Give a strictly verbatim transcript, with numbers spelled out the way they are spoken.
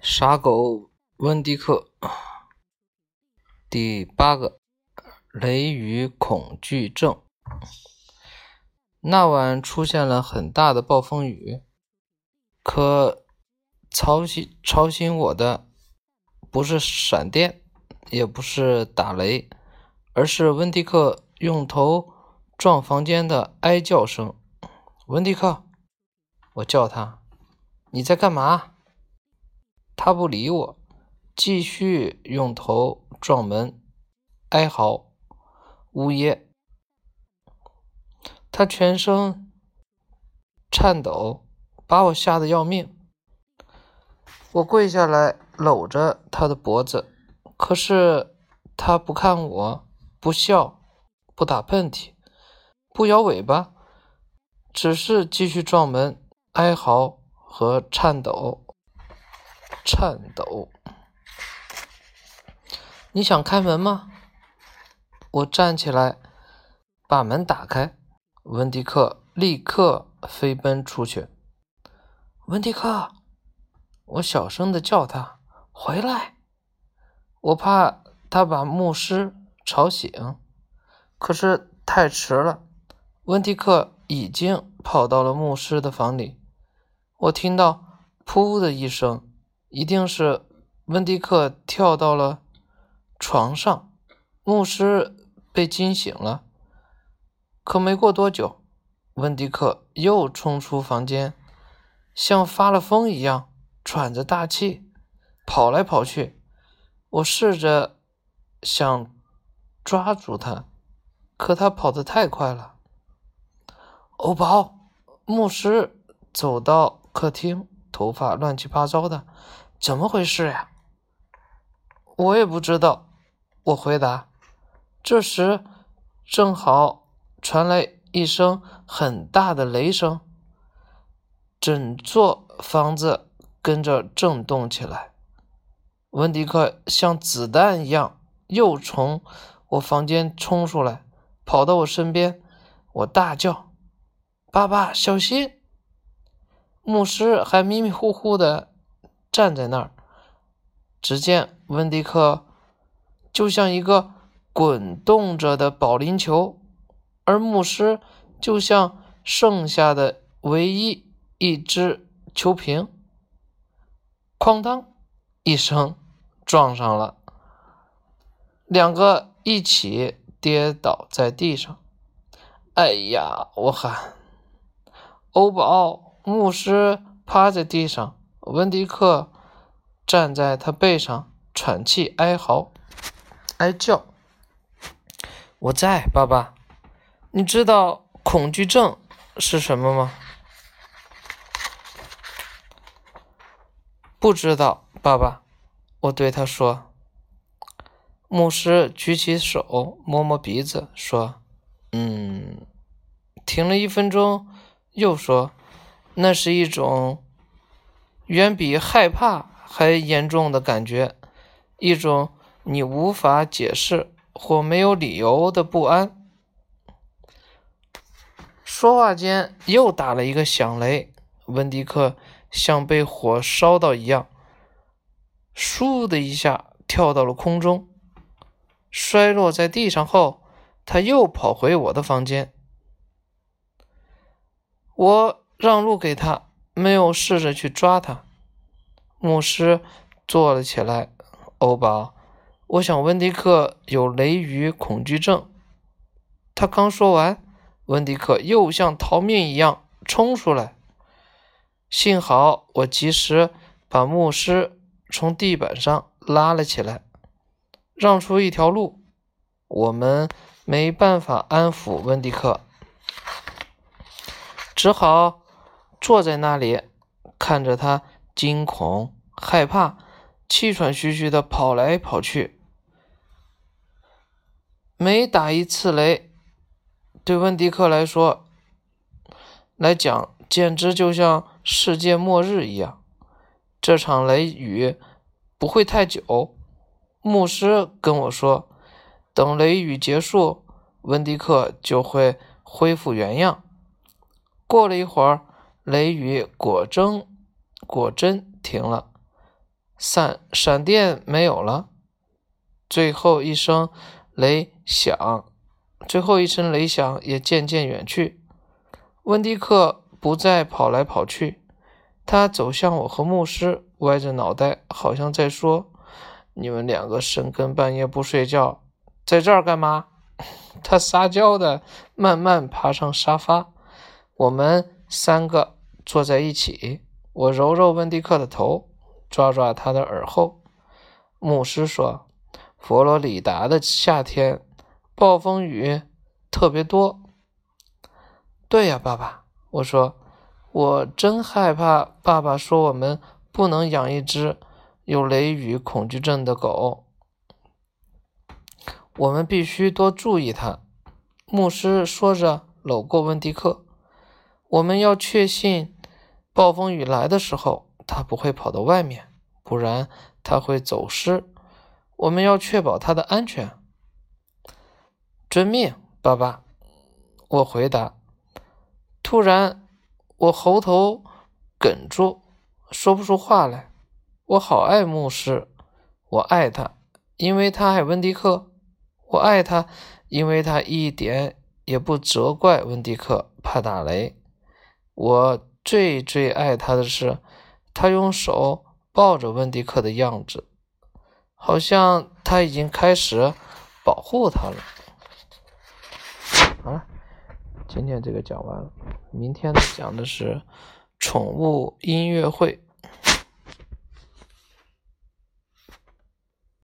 傻狗温迪克。第八个，雷雨恐惧症。那晚出现了很大的暴风雨，可吵醒吵醒我的不是闪电，也不是打雷，而是温迪克用头撞房间的哀叫声。温迪克，我叫他，你在干嘛？他不理我，继续用头撞门，哀嚎呜咽。他全身颤抖，把我吓得要命。我跪下来搂着他的脖子，可是他不看我，不笑，不打喷嚏，不摇尾巴，只是继续撞门，哀嚎和颤抖。颤抖。你想开门吗？我站起来，把门打开。温迪克立刻飞奔出去。温迪克，我小声地叫他，回来。我怕他把牧师吵醒，可是太迟了。温迪克已经跑到了牧师的房里。我听到噗的一声，一定是温迪克跳到了床上，牧师被惊醒了。可没过多久，温迪克又冲出房间，像发了疯一样喘着大气，跑来跑去。我试着想抓住他，可他跑得太快了。欧宝，牧师走到客厅，头发乱七八糟的，怎么回事呀？我也不知道，我回答。这时正好传来一声很大的雷声，整座房子跟着震动起来。温迪克像子弹一样又从我房间冲出来，跑到我身边。我大叫，爸爸小心！牧师还迷迷糊糊地站在那儿。只见温迪克就像一个滚动着的保龄球，而牧师就像剩下的唯一一只球瓶。哐当一声撞上了，两个一起跌倒在地上。哎呀，我喊。欧宝，牧师趴在地上，温迪克站在他背上，喘气哀嚎哀叫。我在，爸爸。你知道恐惧症是什么吗？不知道，爸爸。我对他说。牧师举起手摸摸鼻子说，嗯，停了一分钟，又说，那是一种远比害怕还严重的感觉，一种你无法解释或没有理由的不安。说话间又打了一个响雷，温迪克像被火烧到一样，倏的一下跳到了空中。摔落在地上后，他又跑回我的房间。我让路给他，没有试着去抓他。牧师坐了起来。欧宝，我想温迪克有雷雨恐惧症。他刚说完，温迪克又像逃命一样冲出来。幸好我及时把牧师从地板上拉了起来，让出一条路。我们没办法安抚温迪克，只好坐在那里，看着他惊恐、害怕、气喘吁吁地跑来跑去。每打一次雷，对温迪克来说来讲，简直就像世界末日一样。这场雷雨不会太久。牧师跟我说，等雷雨结束，温迪克就会恢复原样。过了一会儿，雷雨果真果真停了。 闪闪电没有了，最后一声雷响，最后一声雷响也渐渐远去。温迪克不再跑来跑去，他走向我和牧师，歪着脑袋，好像在说：“你们两个深更半夜不睡觉，在这儿干嘛？”他撒娇的慢慢爬上沙发，我们三个坐在一起，我揉揉温迪克的头，抓抓他的耳后。牧师说：“佛罗里达的夏天暴风雨特别多。”对呀，爸爸，我说，我真害怕爸爸说我们不能养一只有雷雨恐惧症的狗，我们必须多注意它。牧师说着搂过温迪克，我们要确信暴风雨来的时候它不会跑到外面，不然它会走失，我们要确保它的安全。遵命，爸爸，我回答。突然我喉头哽住，说不出话来。我好爱牧师，我爱他，因为他爱温迪克，我爱他，因为他一点也不责怪温迪克怕打雷。我最最爱他的是他用手抱着温迪克的样子，好像他已经开始保护他了。好了，今天这个讲完了，明天呢讲的是宠物音乐会。